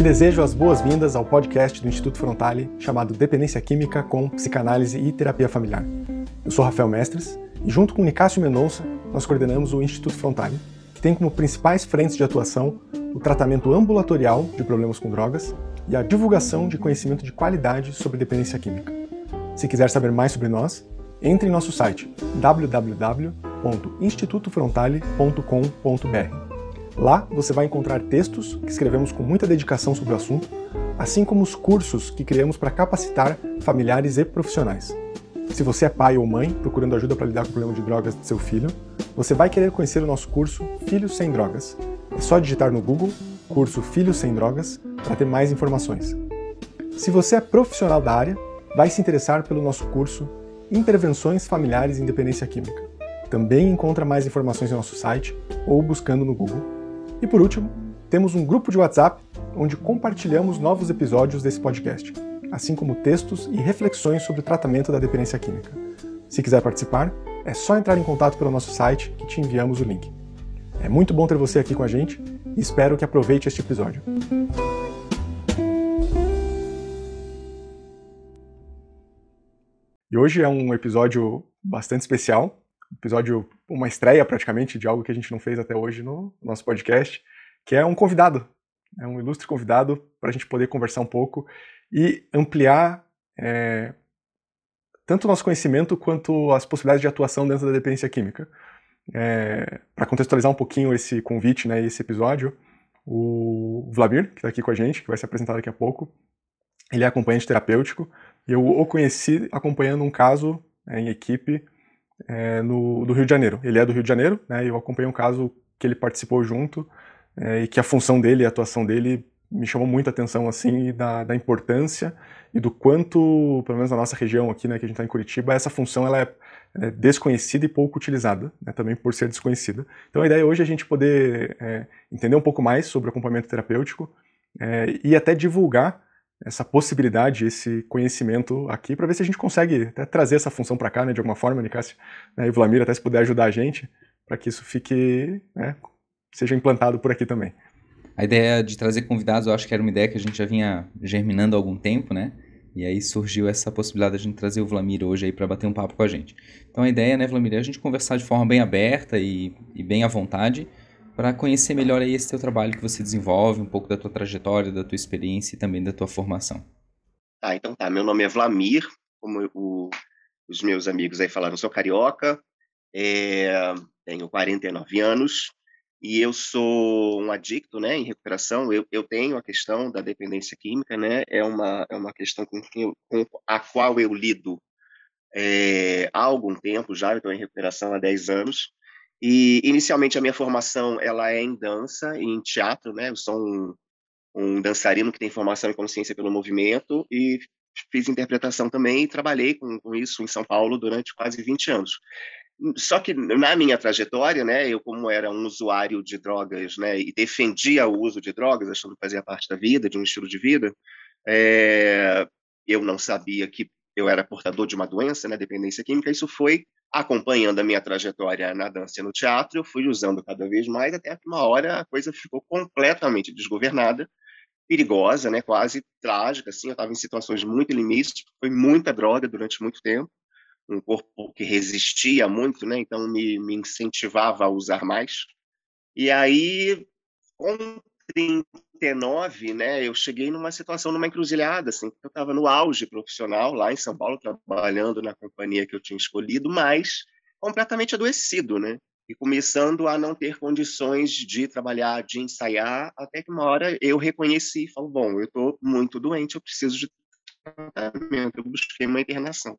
Te desejo as boas-vindas ao podcast do Instituto Frontale chamado Dependência Química com Psicanálise e Terapia Familiar. Eu sou Rafael Mestres e junto com Nicásio Mendonça nós coordenamos o Instituto Frontale, que tem como principais frentes de atuação o tratamento ambulatorial de problemas com drogas e a divulgação de conhecimento de qualidade sobre dependência química. Se quiser saber mais sobre nós, entre em nosso site www.institutofrontale.com.br. Lá você vai encontrar textos que escrevemos com muita dedicação sobre o assunto, assim como os cursos que criamos para capacitar familiares e profissionais. Se você é pai ou mãe procurando ajuda para lidar com o problema de drogas de seu filho, você vai querer conhecer o nosso curso Filhos Sem Drogas. É só digitar no Google curso Filhos Sem Drogas para ter mais informações. Se você é profissional da área, vai se interessar pelo nosso curso Intervenções Familiares em Dependência Química. Também encontra mais informações no nosso site ou buscando no Google. E por último, temos um grupo de WhatsApp onde compartilhamos novos episódios desse podcast, assim como textos e reflexões sobre o tratamento da dependência química. Se quiser participar, é só entrar em contato pelo nosso site que te enviamos o link. É muito bom ter você aqui com a gente e espero que aproveite este episódio. E hoje é um episódio bastante especial, uma estreia praticamente de algo que a gente não fez até hoje no nosso podcast, que é um convidado, um ilustre convidado para a gente poder conversar um pouco e ampliar tanto o nosso conhecimento quanto as possibilidades de atuação dentro da dependência química. Para contextualizar um pouquinho esse convite, e esse episódio, o Vladimir, que está aqui com a gente, que vai se apresentar daqui a pouco, ele é acompanhante terapêutico e eu o conheci acompanhando um caso em equipe do Rio de Janeiro. Ele é do Rio de Janeiro, e eu acompanhei um caso que ele participou junto e que a função dele, a atuação dele me chamou muita atenção assim, da importância e do quanto, pelo menos na nossa região aqui, que a gente está em Curitiba, essa função ela é desconhecida e pouco utilizada, também por ser desconhecida. Então a ideia hoje é a gente poder entender um pouco mais sobre o acompanhamento terapêutico e até divulgar essa possibilidade, esse conhecimento aqui, para ver se a gente consegue até trazer essa função para cá, de alguma forma, Nicásio, e o Vladimir, até se puder ajudar a gente, para que isso fique, seja implantado por aqui também. A ideia de trazer convidados, eu acho que era uma ideia que a gente já vinha germinando há algum tempo, E aí surgiu essa possibilidade de a gente trazer o Vladimir hoje aí para bater um papo com a gente. Então a ideia, Vladimir, é a gente conversar de forma bem aberta e bem à vontade, para conhecer melhor aí esse teu trabalho que você desenvolve, um pouco da tua trajetória, da tua experiência e também da tua formação. Então tá. Meu nome é Vladimir, como os meus amigos aí falaram, eu sou carioca, tenho 49 anos e eu sou um adicto, em recuperação. Eu tenho a questão da dependência química, é uma questão com a qual eu lido há algum tempo já. Eu estou em recuperação há 10 anos. E, inicialmente, a minha formação ela é em dança e em teatro, Eu sou um dançarino que tem formação em consciência pelo movimento e fiz interpretação também e trabalhei com isso em São Paulo durante quase 20 anos. Só que, na minha trajetória, eu, como era um usuário de drogas, e defendia o uso de drogas, achando que fazia parte da vida, de um estilo de vida, eu não sabia que eu era portador de uma doença, dependência química. Isso foi acompanhando a minha trajetória na dança e no teatro, eu fui usando cada vez mais, até que uma hora a coisa ficou completamente desgovernada, perigosa, quase trágica, assim. Eu estava em situações muito limites, foi muita droga durante muito tempo, um corpo que resistia muito, então me incentivava a usar mais. E aí, com 39, eu cheguei numa situação, numa encruzilhada, assim. Eu estava no auge profissional, lá em São Paulo, trabalhando na companhia que eu tinha escolhido, mas completamente adoecido, e começando a não ter condições de trabalhar, de ensaiar, até que uma hora eu reconheci e falo, bom, eu estou muito doente, eu preciso de tratamento. Eu busquei uma internação.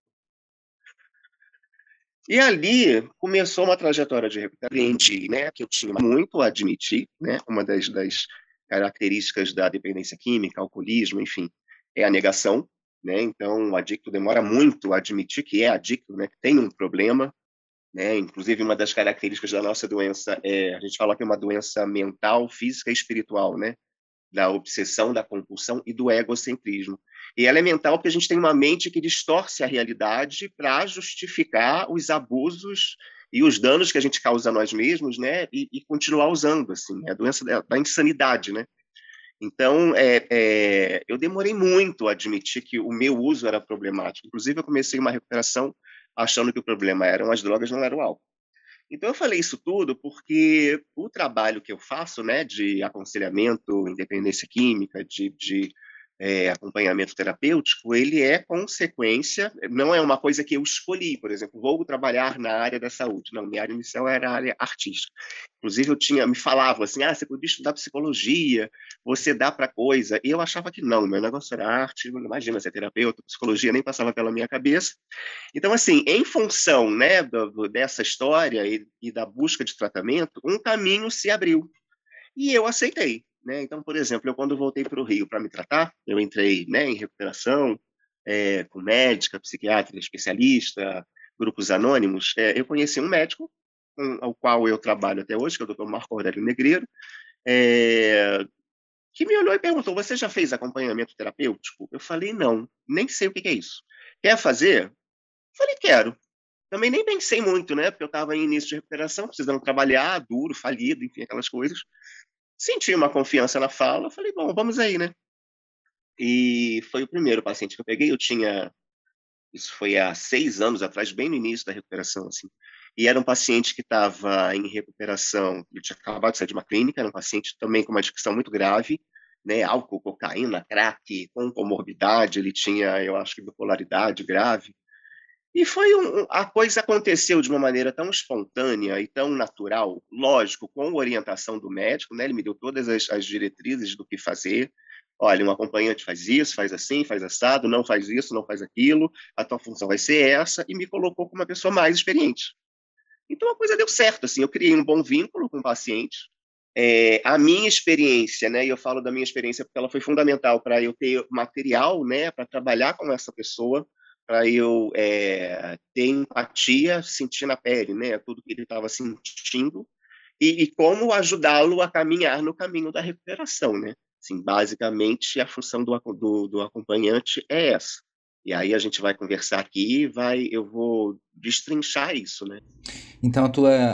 E ali começou uma trajetória de recuperação. Aprendi, que eu tinha muito a admitir, uma das características da dependência química, alcoolismo, enfim, é a negação, Então, o adicto demora muito a admitir que é adicto, que tem um problema, Inclusive, uma das características da nossa doença a gente fala que é uma doença mental, física e espiritual, Da obsessão, da compulsão e do egocentrismo. E ela é mental porque a gente tem uma mente que distorce a realidade para justificar os abusos e os danos que a gente causa a nós mesmos, e continuar usando, assim, a doença da insanidade, Então, eu demorei muito a admitir que o meu uso era problemático. Inclusive, eu comecei uma recuperação achando que o problema eram as drogas, não era o álcool. Então, eu falei isso tudo porque o trabalho que eu faço, né, de aconselhamento, independência química, de acompanhamento terapêutico, ele é consequência, não é uma coisa que eu escolhi, por exemplo, vou trabalhar na área da saúde. Não, minha área inicial era a área artística. Inclusive, me falavam assim, você podia estudar psicologia, você dá para coisa. E eu achava que não, meu negócio era arte, imagina ser terapeuta, psicologia nem passava pela minha cabeça. Então, assim, em função, né, dessa história e da busca de tratamento, um caminho se abriu. E eu aceitei. Né? Então, por exemplo, eu quando voltei para o Rio para me tratar, eu entrei, né, em recuperação, com médica, psiquiatra, especialista, grupos anônimos. Eu conheci um médico, ao qual eu trabalho até hoje, que é o Dr. Marco Aurélio Negreiro, que me olhou e perguntou: você já fez acompanhamento terapêutico? Eu falei: não, nem sei o que é isso. Quer fazer? Eu falei: quero. Também nem pensei muito, né? Porque eu estava em início de recuperação, precisando trabalhar, duro, falido, enfim, aquelas coisas. Senti uma confiança na fala, falei: bom, vamos aí, né? E foi o primeiro paciente que eu peguei. Isso foi há 6 anos atrás, bem no início da recuperação, assim. E era um paciente que estava em recuperação, ele tinha acabado de sair de uma clínica, era um paciente também com uma adicção muito grave, né? Álcool, cocaína, crack, com comorbidade, ele tinha, eu acho que bipolaridade grave. E a coisa aconteceu de uma maneira tão espontânea e tão natural, lógico, com orientação do médico, né? Ele me deu todas as diretrizes do que fazer. Olha, um acompanhante faz isso, faz assim, faz assado, não faz isso, não faz aquilo, a tua função vai ser essa, e me colocou como uma pessoa mais experiente. Então a coisa deu certo, assim, eu criei um bom vínculo com o paciente. A minha experiência, né, e eu falo da minha experiência porque ela foi fundamental para eu ter material, né, para trabalhar com essa pessoa, para eu ter empatia, sentir na pele, né, tudo que ele estava sentindo e como ajudá-lo a caminhar no caminho da recuperação, né? Assim, basicamente, a função do acompanhante é essa. E aí a gente vai conversar aqui eu vou destrinchar isso, né? Então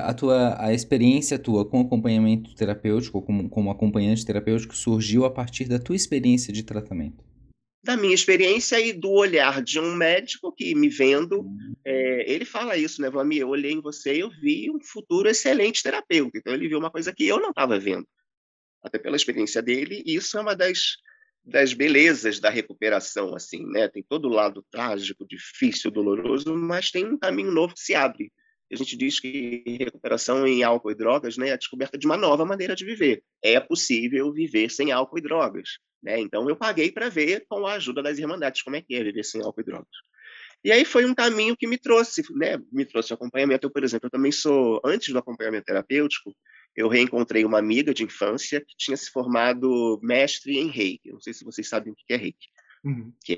a experiência tua com acompanhamento terapêutico, como acompanhante terapêutico, surgiu a partir da tua experiência de tratamento. Da minha experiência e do olhar de um médico que, me vendo, ele fala isso, né, Vlamir? Eu olhei em você e eu vi um futuro excelente terapeuta. Então ele viu uma coisa que eu não estava vendo. Até pela experiência dele, e isso é uma das belezas da recuperação, assim, né? Tem todo o lado trágico, difícil, doloroso, mas tem um caminho novo que se abre. A gente diz que recuperação em álcool e drogas, né, é a descoberta de uma nova maneira de viver. É possível viver sem álcool e drogas, né? Então eu paguei para ver com a ajuda das Irmandades como é que é viver sem álcool e drogas. E aí foi um caminho que me trouxe, né? Me trouxe acompanhamento. Eu, por exemplo, eu também antes do acompanhamento terapêutico, eu reencontrei uma amiga de infância que tinha se formado mestre em Reiki. Não sei se vocês sabem o que é Reiki, que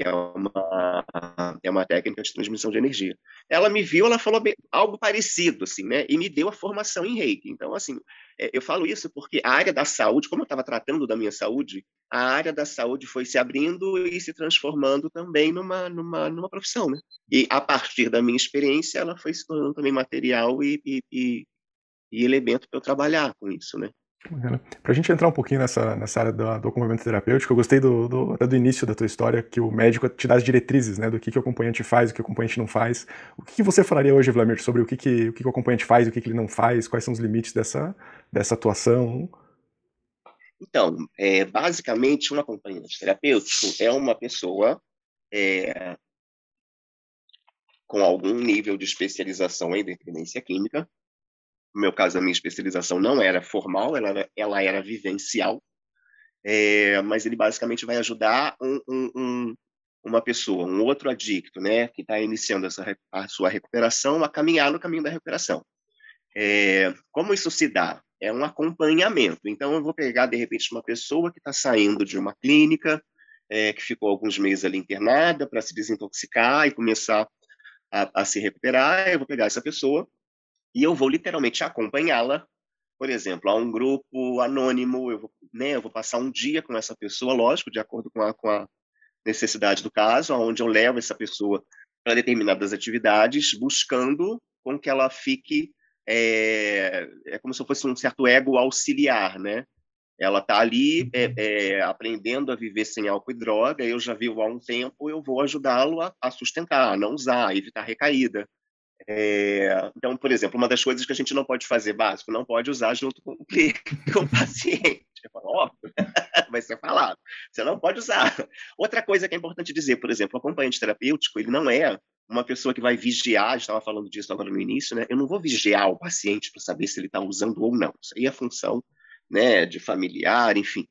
é uma técnica de transmissão de energia. Ela me viu, ela falou algo parecido, assim, né? E me deu a formação em Reiki. Então, assim, eu falo isso porque a área da saúde, como eu estava tratando da minha saúde, a área da saúde foi se abrindo e se transformando também numa profissão, né? E a partir da minha experiência, ela foi se tornando também material e elemento para eu trabalhar com isso, né? Para a gente entrar um pouquinho nessa área do acompanhamento terapêutico, eu gostei até do início da tua história, que o médico te dá as diretrizes, né, do que o acompanhante faz, o que o acompanhante não faz. O que você falaria hoje, Vlamir, sobre o que o acompanhante faz, o que ele não faz, quais são os limites dessa atuação? Então, basicamente, um acompanhante terapêutico é uma pessoa com algum nível de especialização em dependência química. No meu caso, a minha especialização não era formal, ela era vivencial, mas ele basicamente vai ajudar uma pessoa, um outro adicto, né, que está iniciando a sua recuperação, a caminhar no caminho da recuperação. Como isso se dá? É um acompanhamento. Então, eu vou pegar, de repente, uma pessoa que está saindo de uma clínica, que ficou alguns meses ali internada para se desintoxicar e começar a se recuperar. Eu vou pegar essa pessoa e eu vou literalmente acompanhá-la, por exemplo, a um grupo anônimo. Eu vou passar um dia com essa pessoa, lógico, de acordo com a necessidade do caso, onde eu levo essa pessoa para determinadas atividades, buscando com que ela fique... É como se fosse um certo ego auxiliar, né? Ela está ali aprendendo a viver sem álcool e droga, eu já vivo há um tempo, eu vou ajudá-lo a sustentar, a não usar, a evitar recaída. Então, por exemplo, uma das coisas que a gente não pode fazer básico, não pode usar junto com o cliente, com o paciente. Óbvio, vai ser falado. Você não pode usar. Outra coisa que é importante dizer, por exemplo, o acompanhante terapêutico, ele não é uma pessoa que vai vigiar, a gente estava falando disso agora no início, né? Eu não vou vigiar o paciente para saber se ele está usando ou não. Isso aí é função, né, de familiar, enfim.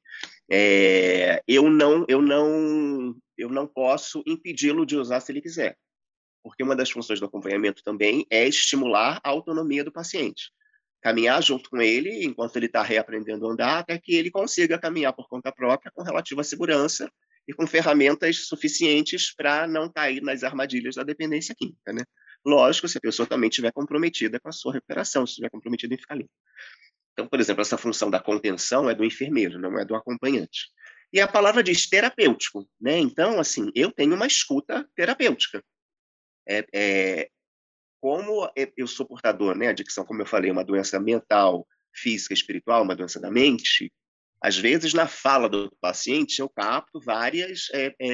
Eu não posso impedi-lo de usar se ele quiser, porque uma das funções do acompanhamento também é estimular a autonomia do paciente. Caminhar junto com ele enquanto ele está reaprendendo a andar, até que ele consiga caminhar por conta própria com relativa segurança e com ferramentas suficientes para não cair nas armadilhas da dependência química, né? Lógico, se a pessoa também estiver comprometida com a sua recuperação, se estiver comprometida em ficar limpo. Então, por exemplo, essa função da contenção é do enfermeiro, não é do acompanhante. E a palavra diz terapêutico, né? Então, assim, eu tenho uma escuta terapêutica. Como eu sou portador, né? Adicção, como eu falei, é uma doença mental, física, espiritual, uma doença da mente. Às vezes, na fala do paciente, eu capto várias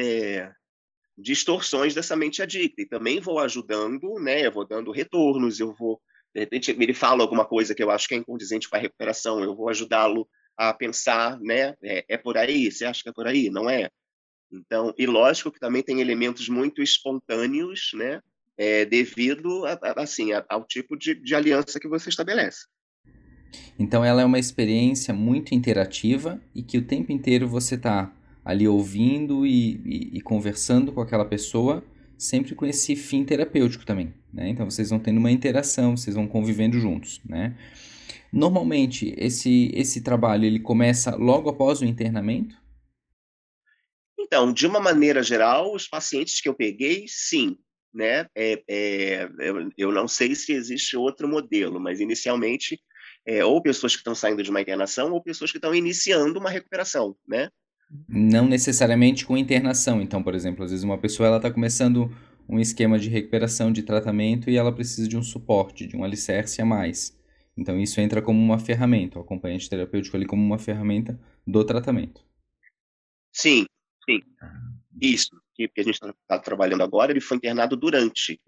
distorções dessa mente adicta. E também vou ajudando, né? Eu vou dando retornos, de repente, ele fala alguma coisa que eu acho que é incondizente com a recuperação, eu vou ajudá-lo a pensar, né? É por aí? Você acha que é por aí? Não é? Então, e lógico que também tem elementos muito espontâneos, né? Devido assim, ao tipo de aliança que você estabelece. Então ela é uma experiência muito interativa e que o tempo inteiro você está ali ouvindo e conversando com aquela pessoa, sempre com esse fim terapêutico também, né? Então vocês vão tendo uma interação, vocês vão convivendo juntos, né? Normalmente esse trabalho ele começa logo após o internamento? Então, de uma maneira geral, os pacientes que eu peguei, sim, né? Eu não sei se existe outro modelo, mas inicialmente ou pessoas que estão saindo de uma internação ou pessoas que estão iniciando uma recuperação, né? Não necessariamente com internação. Então, por exemplo, às vezes uma pessoa ela está começando um esquema de recuperação, de tratamento e ela precisa de um suporte, de um alicerce a mais. Então, isso entra como uma ferramenta, o acompanhante terapêutico ali como uma ferramenta do tratamento. Sim, sim. Isso, que a gente está trabalhando agora, ele foi internado durante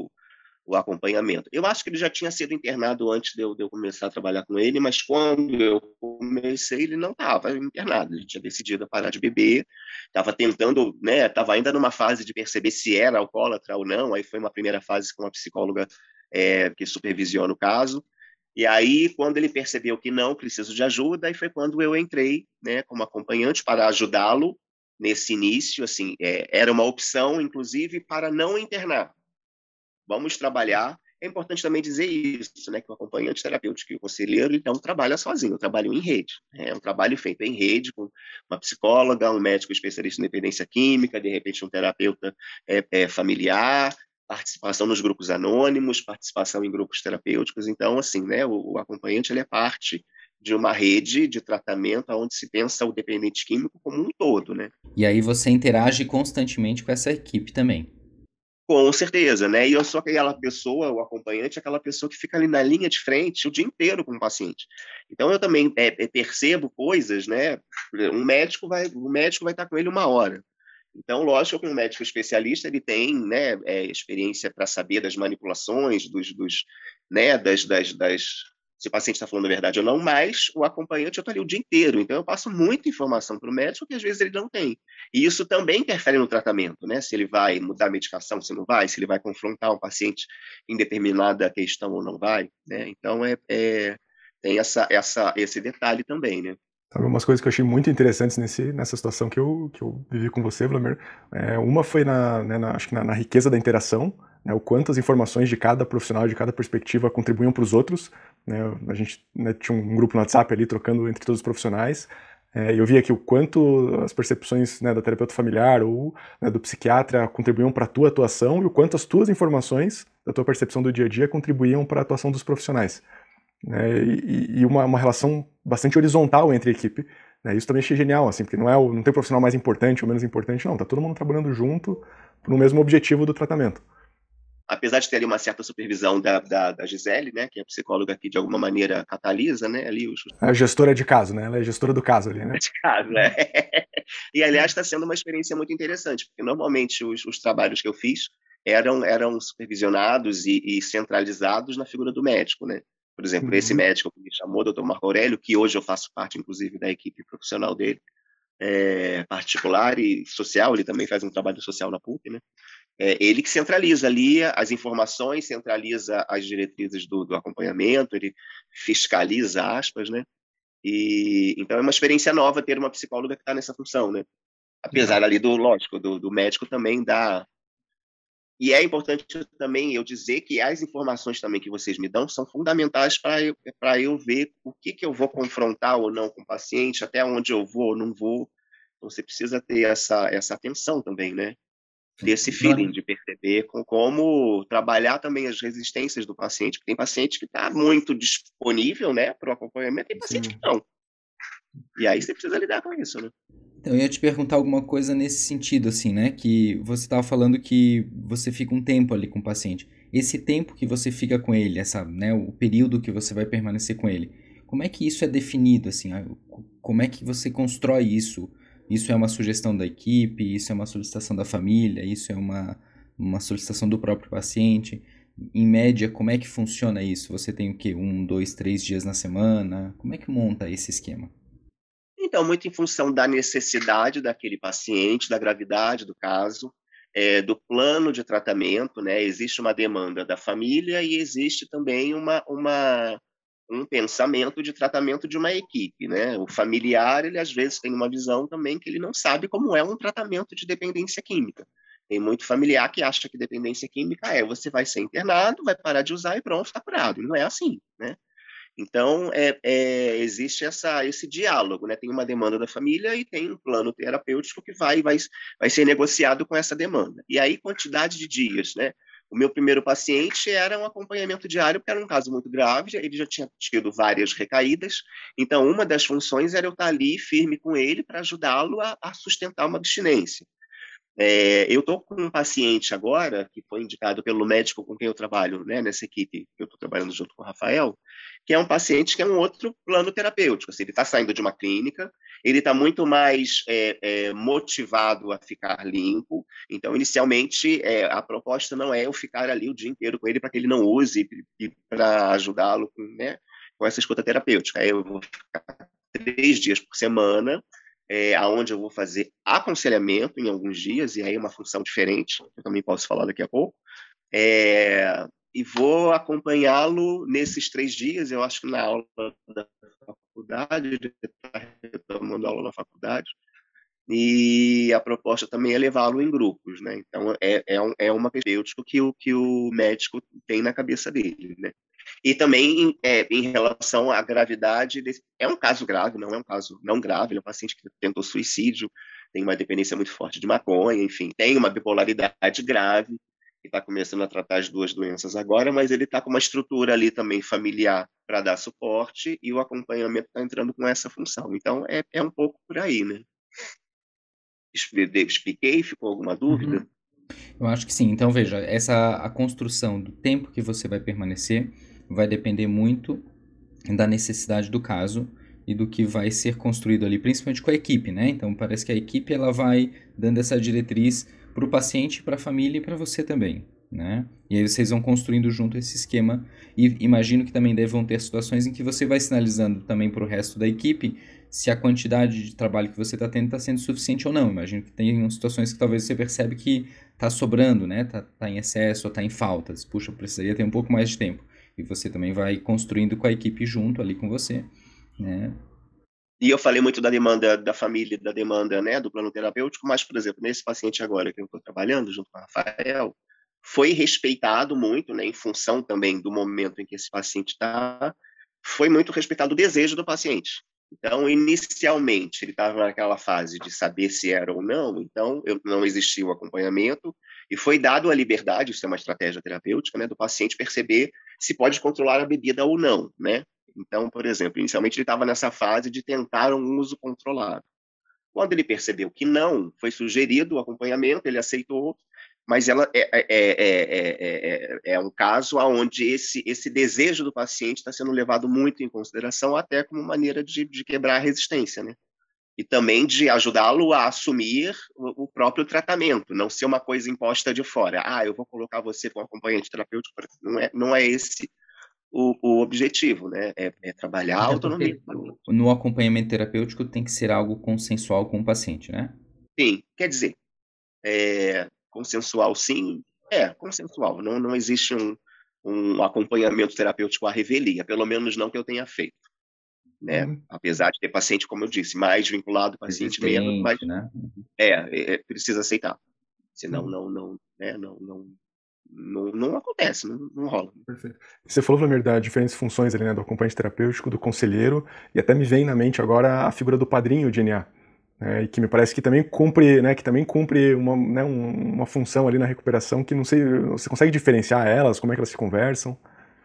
o acompanhamento. Eu acho que ele já tinha sido internado antes de eu começar a trabalhar com ele, mas quando eu comecei, ele não estava internado. Ele tinha decidido parar de beber, estava tentando, né? Estava ainda numa fase de perceber se era alcoólatra ou não. Aí foi uma primeira fase com uma psicóloga que supervisiona o caso. E aí, quando ele percebeu que não, preciso de ajuda, aí foi quando eu entrei, né, como acompanhante para ajudá-lo nesse início. Assim, era uma opção, inclusive, para não internar. Vamos trabalhar. É importante também dizer isso, né, que o acompanhante terapêutico e o conselheiro, ele não trabalha sozinho, eu trabalho em rede. É um trabalho feito em rede com uma psicóloga, um médico especialista em dependência química, de repente um terapeuta familiar, participação nos grupos anônimos, participação em grupos terapêuticos. Então, assim, né, o acompanhante ele é parte de uma rede de tratamento onde se pensa o dependente químico como um todo, né? E aí você interage constantemente com essa equipe também. Com certeza, né? E eu sou aquela pessoa, o acompanhante, aquela pessoa que fica ali na linha de frente o dia inteiro com o paciente. Então eu também percebo coisas, né? O médico vai estar com ele 1 hora. Então, lógico que um médico especialista ele tem, né, experiência para saber das manipulações, né, se o paciente está falando a verdade ou não, mas o acompanhante eu estou ali o dia inteiro, então eu passo muita informação para o médico que às vezes ele não tem. E isso também interfere no tratamento, né? Se ele vai mudar a medicação, se não vai, se ele vai confrontar um paciente em determinada questão ou não vai, né? Então, tem esse detalhe também, né? Sabe, umas coisas que eu achei muito interessantes nessa situação que eu vivi com você, Vladimir. Uma foi acho que na riqueza da interação, né, o quanto as informações de cada profissional, de cada perspectiva contribuíam para os outros. Né, a gente, né, tinha um grupo no WhatsApp ali trocando entre todos os profissionais. E eu vi aqui o quanto as percepções, né, da terapeuta familiar ou, né, do psiquiatra contribuíam para a tua atuação e o quanto as tuas informações da tua percepção do dia a dia contribuíam para a atuação dos profissionais. E uma relação bastante horizontal entre a equipe. Né? Isso também achei genial, assim, porque não tem profissional mais importante ou menos importante, não. Tá todo mundo trabalhando junto no mesmo objetivo do tratamento. apesar de ter ali uma certa supervisão da Gisele, né, que é a psicóloga que de alguma maneira catalisa, né, ali os A gestora de caso, né? Ela é gestora do caso ali, né? de caso, né? E aliás está sendo uma experiência muito interessante, porque normalmente os trabalhos que eu fiz eram supervisionados e centralizados na figura do médico, né? Por exemplo, esse Uhum. médico que me chamou, Dr. Marco Aurélio, que hoje eu faço parte, inclusive, da equipe profissional dele, particular e social, ele também faz um trabalho social na PUC, né? Ele que centraliza ali as informações, centraliza as diretrizes do acompanhamento, ele fiscaliza, aspas, né? E então é uma experiência nova ter uma psicóloga que está nessa função, né? Apesar Legal. ali lógico, do médico também dar. E é importante também eu dizer que as informações também que vocês me dão são fundamentais para eu ver o que eu vou confrontar ou não com o paciente, até onde eu vou ou não vou. Então, você precisa ter essa atenção também, né? Ter esse feeling de perceber como trabalhar também as resistências do paciente, porque tem paciente que está muito disponível, né, para o acompanhamento, tem paciente que Sim. não. E aí você precisa lidar com isso, né? Então, eu ia te perguntar alguma coisa nesse sentido, assim, né? Que você estava falando que você fica um tempo ali com o paciente. Esse tempo que você fica com ele, né, o período que você vai permanecer com ele, como é que isso é definido, assim? Como é que você constrói isso? Isso é uma sugestão da equipe? Isso é uma solicitação da família? Isso é uma solicitação do próprio paciente? Em média, como é que funciona isso? Você tem o quê? 1, 2, 3 dias na semana? Como é que monta esse esquema? Então, muito em função da necessidade daquele paciente, da gravidade do caso, do plano de tratamento, né? Existe uma demanda da família e existe também um pensamento de tratamento de uma equipe, né? O familiar, ele às vezes tem uma visão também que ele não sabe como é um tratamento de dependência química. Tem muito familiar que acha que dependência química você vai ser internado, vai parar de usar e pronto, está curado. E não é assim, né? Então, existe esse diálogo, né? Tem uma demanda da família e tem um plano terapêutico que vai ser negociado com essa demanda. E aí, quantidade de dias, né? O meu primeiro paciente era um acompanhamento diário, porque era um caso muito grave, ele já tinha tido várias recaídas, então uma das funções era eu estar ali firme com ele para ajudá-lo a sustentar uma abstinência. Eu estou com um paciente agora, que foi indicado pelo médico com quem eu trabalho, né, nessa equipe que eu estou trabalhando junto com o Rafael, que é um paciente que é um outro plano terapêutico. Assim, ele está saindo de uma clínica, ele está muito mais motivado a ficar limpo. Então, inicialmente, a proposta não é eu ficar ali o dia inteiro com ele para que ele não use e para ajudá-lo com essa escuta terapêutica. Eu vou ficar 3 dias por semana, aonde eu vou fazer aconselhamento em alguns dias, e aí é uma função diferente, eu também posso falar daqui a pouco, e vou acompanhá-lo nesses 3 dias. Eu acho que na aula da faculdade, ele está retomando aula na faculdade, e a proposta também é levá-lo em grupos, né? Então, é uma terapêutica que o médico tem na cabeça dele, né? E também em relação à gravidade, é um caso grave, não é um caso não grave, ele é um paciente que tentou suicídio, tem uma dependência muito forte de maconha, enfim, tem uma bipolaridade grave, e está começando a tratar as duas doenças agora, mas ele está com uma estrutura ali também familiar para dar suporte, e o acompanhamento está entrando com essa função. Então, é um pouco por aí, né? Expliquei? Ficou alguma Uhum. dúvida? Eu acho que sim. Então, veja, a construção do tempo que você vai permanecer vai depender muito da necessidade do caso e do que vai ser construído ali, principalmente com a equipe, né? Então, parece que a equipe ela vai dando essa diretriz para o paciente, para a família e para você também, né? E aí vocês vão construindo junto esse esquema e imagino que também devam ter situações em que você vai sinalizando também para o resto da equipe se a quantidade de trabalho que você está tendo está sendo suficiente ou não. Imagino que tem situações que talvez você percebe que está sobrando, né? Tá em excesso ou está em faltas. Puxa, eu precisaria ter um pouco mais de tempo. E você também vai construindo com a equipe junto ali com você, né? E eu falei muito da demanda da família, da demanda, né, do plano terapêutico, mas, por exemplo, nesse paciente agora que eu estou trabalhando junto com o Rafael, foi respeitado muito, né, em função também do momento em que esse paciente está, foi muito respeitado o desejo do paciente. Então, inicialmente, ele estava naquela fase de saber se era ou não, então não existia o acompanhamento, e foi dado a liberdade, isso é uma estratégia terapêutica, né, do paciente perceber se pode controlar a bebida ou não, né? Então, por exemplo, inicialmente ele estava nessa fase de tentar um uso controlado. Quando ele percebeu que não, foi sugerido o acompanhamento, ele aceitou, mas ela é um caso onde esse desejo do paciente está sendo levado muito em consideração, até como maneira de quebrar a resistência, né? E também de ajudá-lo a assumir o próprio tratamento, não ser uma coisa imposta de fora. Eu vou colocar você como acompanhante terapêutico. Não é esse o objetivo, né? É trabalhar a Até autonomia. porque no acompanhamento terapêutico tem que ser algo consensual com o paciente, né? Sim, quer dizer, consensual sim, consensual. Não existe um acompanhamento terapêutico à revelia, pelo menos não que eu tenha feito, né? Apesar de ter paciente, como eu disse, mais vinculado, paciente menos, mas Resistente, né? precisa aceitar. Senão não acontece, não rola. Perfeito. Você falou, Vlamir, das diferentes funções ali, né, do acompanhante terapêutico, do conselheiro, e até me vem na mente agora a figura do padrinho de NA, né, e que me parece que também cumpre, né, uma função ali na recuperação que não sei, você consegue diferenciar elas, como é que elas se conversam?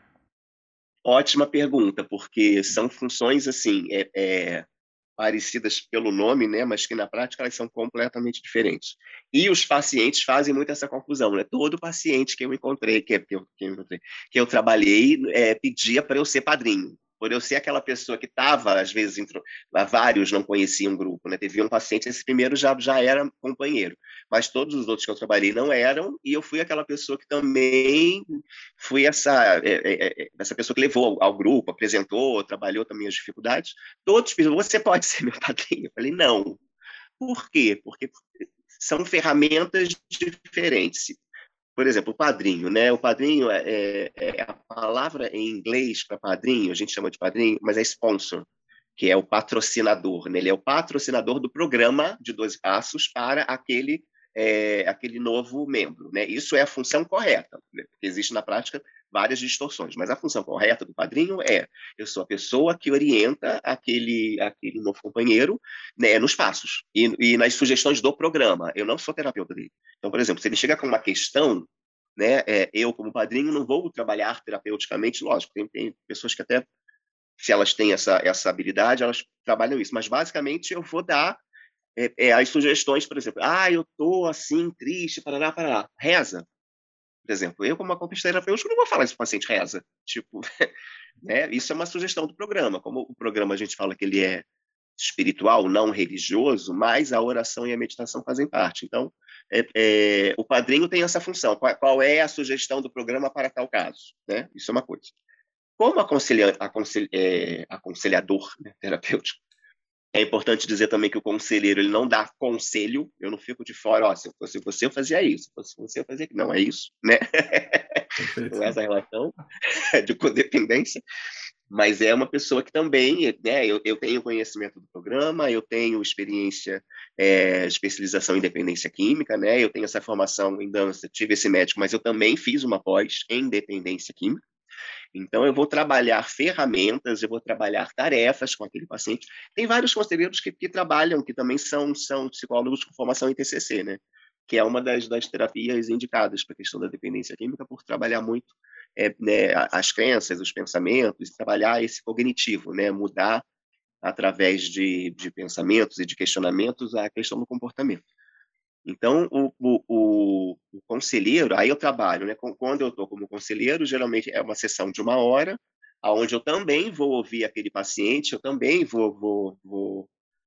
Ótima pergunta, porque são funções assim, parecidas pelo nome, né, mas que na prática elas são completamente diferentes. E os pacientes fazem muito essa confusão, né? Todo paciente que eu encontrei, que eu trabalhei, pedia para eu ser padrinho. Por eu ser aquela pessoa que estava, às vezes, vários não conheciam o grupo, né? Teve um paciente, esse primeiro já era companheiro, mas todos os outros que eu trabalhei não eram, e eu fui aquela pessoa que também fui essa pessoa que levou ao grupo, apresentou, trabalhou também as dificuldades. Todos pediram, você pode ser meu padrinho? Eu falei, não. Por quê? Porque são ferramentas diferentes. Por exemplo, o padrinho, né? O padrinho a palavra em inglês para padrinho, a gente chama de padrinho, mas é sponsor, que é o patrocinador, né? Ele é o patrocinador do programa de 12 Passos para aquele novo membro, né? Isso é a função correta, né? Porque existe na prática várias distorções, mas a função correta do padrinho eu sou a pessoa que orienta aquele novo companheiro, né, nos passos e nas sugestões do programa. Eu não sou terapeuta dele. Então, por exemplo, se ele chega com uma questão, né, eu como padrinho não vou trabalhar terapeuticamente, lógico, tem pessoas que até, se elas têm essa habilidade, elas trabalham isso, mas basicamente eu vou dar as sugestões, por exemplo, eu tô assim, triste, parará, reza. Por exemplo, eu como acompanhante terapêutico não vou falar isso para o paciente reza. Tipo, né? Isso é uma sugestão do programa. Como o programa a gente fala que ele é espiritual, não religioso, mas a oração e a meditação fazem parte. Então, o padrinho tem essa função. Qual é a sugestão do programa para tal caso? Né? Isso é uma coisa. Como aconselhador, né, terapêutico, é importante dizer também que o conselheiro ele não dá conselho, eu não fico de fora, se eu fosse você, eu fazia isso, se fosse você, eu fazia aquilo. Não é isso, né? Perfeito. Não é essa relação de codependência, mas é uma pessoa que também, né, eu tenho conhecimento do programa, eu tenho experiência, especialização em dependência química, né? Eu tenho essa formação em dança, tive esse médico, mas eu também fiz uma pós em dependência química. Então, eu vou trabalhar ferramentas, eu vou trabalhar tarefas com aquele paciente. Tem vários conselheiros que trabalham, que também são psicólogos com formação em TCC, né? Que é uma das terapias indicadas para a questão da dependência química, por trabalhar muito né, as crenças, os pensamentos, trabalhar esse cognitivo, né? Mudar através de pensamentos e de questionamentos a questão do comportamento. Então, o conselheiro, aí eu trabalho, né? Quando eu estou como conselheiro, geralmente é uma sessão de 1 hora, onde eu também vou ouvir aquele paciente, eu também vou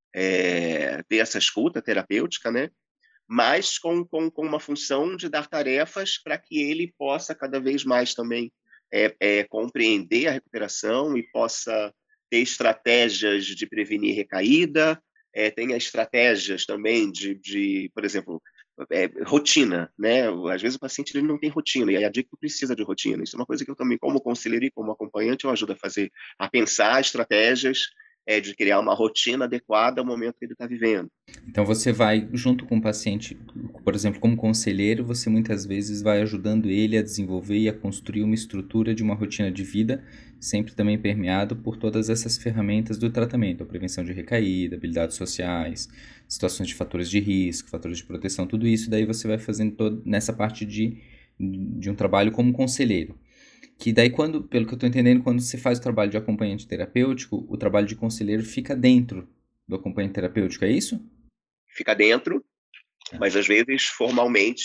ter essa escuta terapêutica, né? Mas com uma função de dar tarefas para que ele possa cada vez mais também compreender a recuperação e possa ter estratégias de prevenir recaída, tem estratégias também por exemplo, rotina, né? Às vezes o paciente ele não tem rotina e a adicto precisa de rotina. Isso é uma coisa que eu também, como conselheiro e como acompanhante, eu ajudo a pensar estratégias de criar uma rotina adequada ao momento que ele está vivendo. Então você vai junto com o paciente, por exemplo, como conselheiro, você muitas vezes vai ajudando ele a desenvolver e a construir uma estrutura de uma rotina de vida, sempre também permeado por todas essas ferramentas do tratamento, a prevenção de recaída, habilidades sociais, situações de fatores de risco, fatores de proteção, tudo isso daí você vai fazendo nessa parte de um trabalho como conselheiro. Que daí, pelo que eu estou entendendo, quando você faz o trabalho de acompanhante terapêutico, o trabalho de conselheiro fica dentro do acompanhante terapêutico, é isso? Fica dentro, mas às vezes formalmente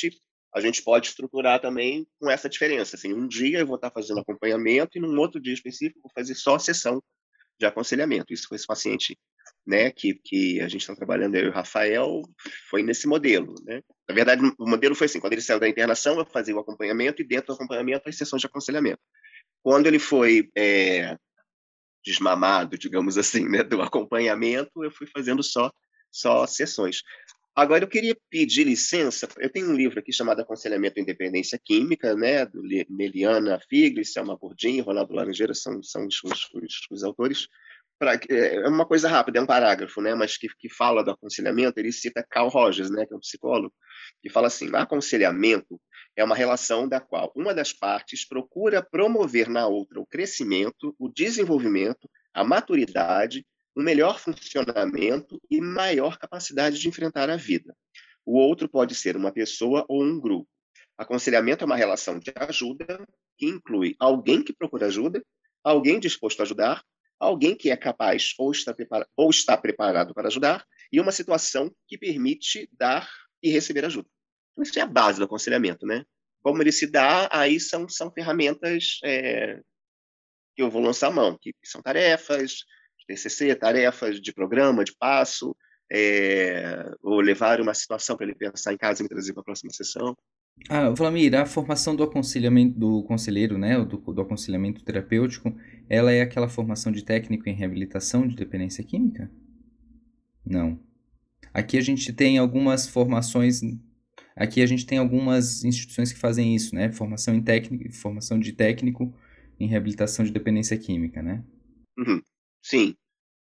a gente pode estruturar também com essa diferença. Assim, um dia eu vou estar fazendo acompanhamento e num outro dia específico vou fazer só a sessão de aconselhamento. Isso com esse paciente, né, que a gente está trabalhando, eu e o Rafael, foi nesse modelo, né? Na verdade, o modelo foi assim, quando ele saiu da internação, eu fazia o acompanhamento e dentro do acompanhamento as sessões de aconselhamento. Quando ele foi desmamado, digamos assim, né, do acompanhamento, eu fui fazendo só sessões. Agora, eu queria pedir licença, eu tenho um livro aqui chamado Aconselhamento e Independência Química, né, do Meliana Figli, Selma Bordim e Ronaldo Laranjeira, são os autores. É uma coisa rápida, é um parágrafo, né, mas que fala do aconselhamento. Ele cita Carl Rogers, né, que é um psicólogo, que fala assim: aconselhamento é uma relação da qual uma das partes procura promover na outra o crescimento, o desenvolvimento, a maturidade, um melhor funcionamento e maior capacidade de enfrentar a vida. O outro pode ser uma pessoa ou um grupo. Aconselhamento é uma relação de ajuda que inclui alguém que procura ajuda, alguém disposto a ajudar, alguém que é capaz ou está preparado para ajudar, e uma situação que permite dar e receber ajuda. Então, isso é a base do aconselhamento, né? Como ele se dá, aí são ferramentas que eu vou lançar a mão, que são tarefas, TCC, tarefas de programa, de passo, ou levar uma situação para ele pensar em casa e me trazer para a próxima sessão. Vlamir, a formação do aconselhamento do conselheiro, né, do aconselhamento terapêutico, ela é aquela formação de técnico em reabilitação de dependência química? Não. Aqui a gente tem algumas formações, aqui a gente tem algumas instituições que fazem isso, né, formação de técnico em reabilitação de dependência química, né? Uhum. Sim.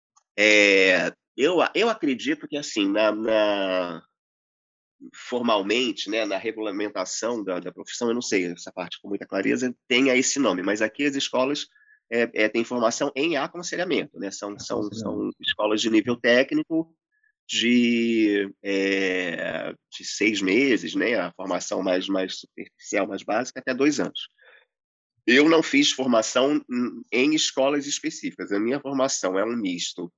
Eu acredito que, assim, formalmente, né, na regulamentação da profissão, eu não sei essa parte com muita clareza, tenha esse nome, mas aqui as escolas têm formação em aconselhamento, né? São escolas de nível técnico de 6 meses, né? A formação mais superficial, mais básica, até 2 anos. Eu não fiz formação em escolas específicas. A minha formação é um misto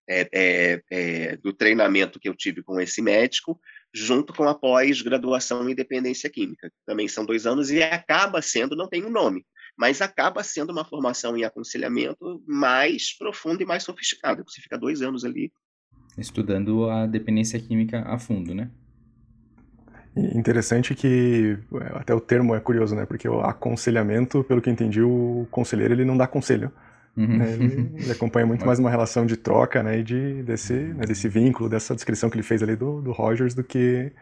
do treinamento que eu tive com esse médico, junto com a pós-graduação em dependência química. Também são 2 anos e acaba sendo, não tem um nome, mas acaba sendo uma formação em aconselhamento mais profunda e mais sofisticada. Você fica 2 anos ali estudando a dependência química a fundo, né? E interessante que até o termo é curioso, né? Porque o aconselhamento, pelo que eu entendi, o conselheiro ele não dá conselho. Né? Ele acompanha muito mais uma relação de troca, né? E desse vínculo, dessa descrição que ele fez ali do Rogers do que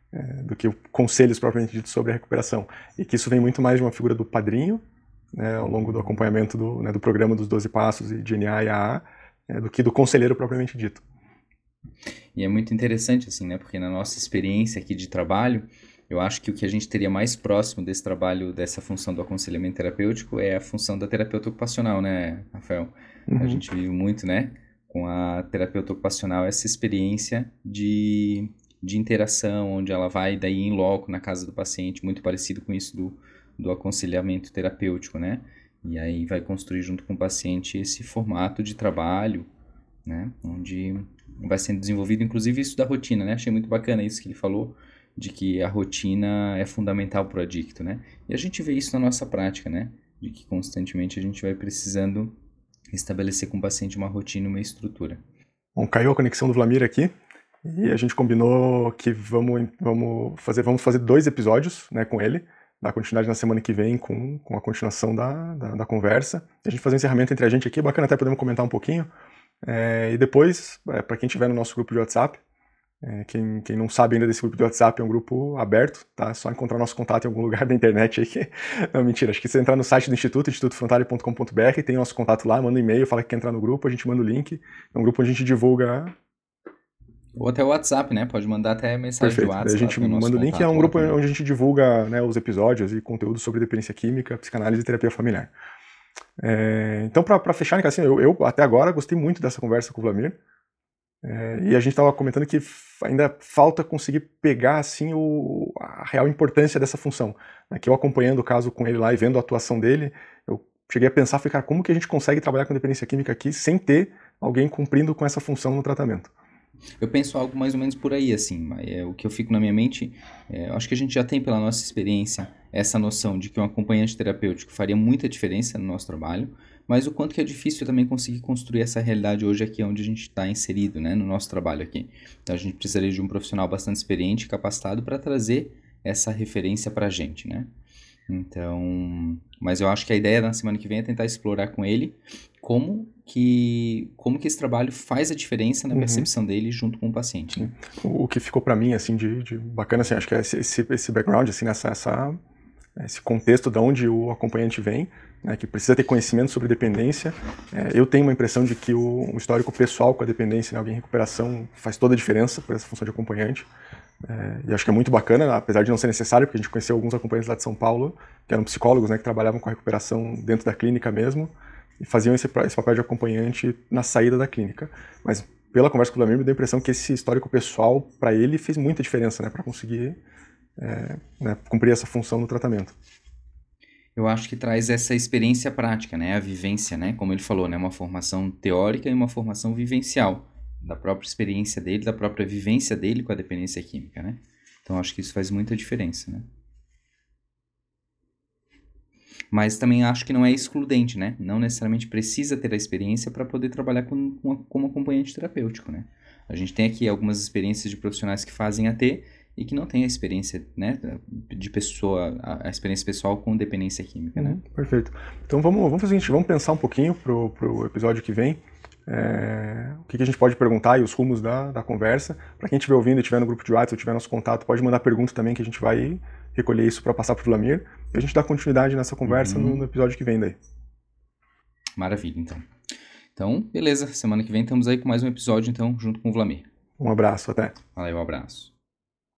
conselhos propriamente dito sobre a recuperação. E que isso vem muito mais de uma figura do padrinho, né? Ao longo do acompanhamento do programa dos 12 Passos e de NA e AA, do que do conselheiro propriamente dito. E é muito interessante, assim, né? Porque na nossa experiência aqui de trabalho, eu acho que o que a gente teria mais próximo desse trabalho, dessa função do aconselhamento terapêutico, é a função da terapeuta ocupacional, né, Rafael? A gente vive muito, né, com a terapeuta ocupacional, essa experiência de interação, onde ela vai daí em loco na casa do paciente, muito parecido com isso do aconselhamento terapêutico, né? E aí vai construir junto com o paciente esse formato de trabalho, né, onde vai sendo desenvolvido, inclusive isso da rotina, né? Achei muito bacana isso que ele falou, de que a rotina é fundamental para o adicto, né? E a gente vê isso na nossa prática, né? De que constantemente a gente vai precisando estabelecer com o paciente uma rotina e uma estrutura. Bom, caiu a conexão do Vlamir aqui, e a gente combinou que vamos fazer 2 episódios, né, com ele, dar continuidade na semana que vem com a continuação da conversa. E a gente fazer um encerramento entre a gente aqui, é bacana até podemos comentar um pouquinho. E depois, para quem estiver no nosso grupo de WhatsApp, quem não sabe ainda desse grupo de WhatsApp, é um grupo aberto, tá? É só encontrar nosso contato em algum lugar da internet aí. Não, mentira, acho que você entrar no site do Instituto, institutofrontale.com.br, tem nosso contato lá, manda um e-mail, fala que quer entrar no grupo, a gente manda o link. É um grupo onde a gente divulga... Ou até o WhatsApp, né? Pode mandar até mensagem de WhatsApp. A gente manda o link, é um grupo onde a gente divulga, né, os episódios e conteúdo sobre dependência química, psicanálise e terapia familiar. Então, para fechar, né, assim, eu até agora gostei muito dessa conversa com o Vlamir, e a gente estava comentando que ainda falta conseguir pegar assim, a real importância dessa função, né, que eu acompanhando o caso com ele lá e vendo a atuação dele, eu cheguei a pensar, falei, cara, como que a gente consegue trabalhar com dependência química aqui sem ter alguém cumprindo com essa função no tratamento? Eu penso algo mais ou menos por aí, assim, o que eu fico na minha mente, eu acho que a gente já tem pela nossa experiência essa noção de que um acompanhante terapêutico faria muita diferença no nosso trabalho, mas o quanto que é difícil também conseguir construir essa realidade hoje aqui onde a gente está inserido, né, no nosso trabalho aqui. Então a gente precisaria de um profissional bastante experiente e capacitado para trazer essa referência para a gente, né? Então, mas eu acho que a ideia na semana que vem é tentar explorar com ele como que esse trabalho faz a diferença na percepção dele junto com o paciente. Né? O que ficou para mim, assim, de bacana, assim, acho que é esse background, assim, esse contexto de onde o acompanhante vem, né, que precisa ter conhecimento sobre dependência. Eu tenho uma impressão de que o histórico pessoal com a dependência, né, alguém em recuperação, faz toda a diferença por essa função de acompanhante. E acho que é muito bacana, apesar de não ser necessário, porque a gente conheceu alguns acompanhantes lá de São Paulo, que eram psicólogos, né, que trabalhavam com a recuperação dentro da clínica mesmo, e faziam esse papel de acompanhante na saída da clínica. Mas pela conversa com o Vlamir, me deu a impressão que esse histórico pessoal, para ele, fez muita diferença, né, para conseguir né, cumprir essa função no tratamento. Eu acho que traz essa experiência prática, né, a vivência, né, como ele falou, né, uma formação teórica e uma formação vivencial, da própria experiência dele, da própria vivência dele com a dependência química, né? Então, acho que isso faz muita diferença, né? Mas também acho que não é excludente, né? Não necessariamente precisa ter a experiência para poder trabalhar como acompanhante terapêutico, né? A gente tem aqui algumas experiências de profissionais que fazem AT e que não têm a experiência, né, de pessoa, a experiência pessoal com dependência química, né? Perfeito. Então, vamos fazer o seguinte, vamos pensar um pouquinho pro episódio que vem. O que a gente pode perguntar e os rumos da conversa. Para quem estiver ouvindo e estiver no grupo de WhatsApp ou tiver nosso contato, pode mandar pergunta também, que a gente vai recolher isso para passar para o Vlamir. E a gente dá continuidade nessa conversa no episódio que vem daí. Maravilha, então. Então, beleza. Semana que vem estamos aí com mais um episódio, então, junto com o Vlamir. Um abraço, até. Valeu, um abraço.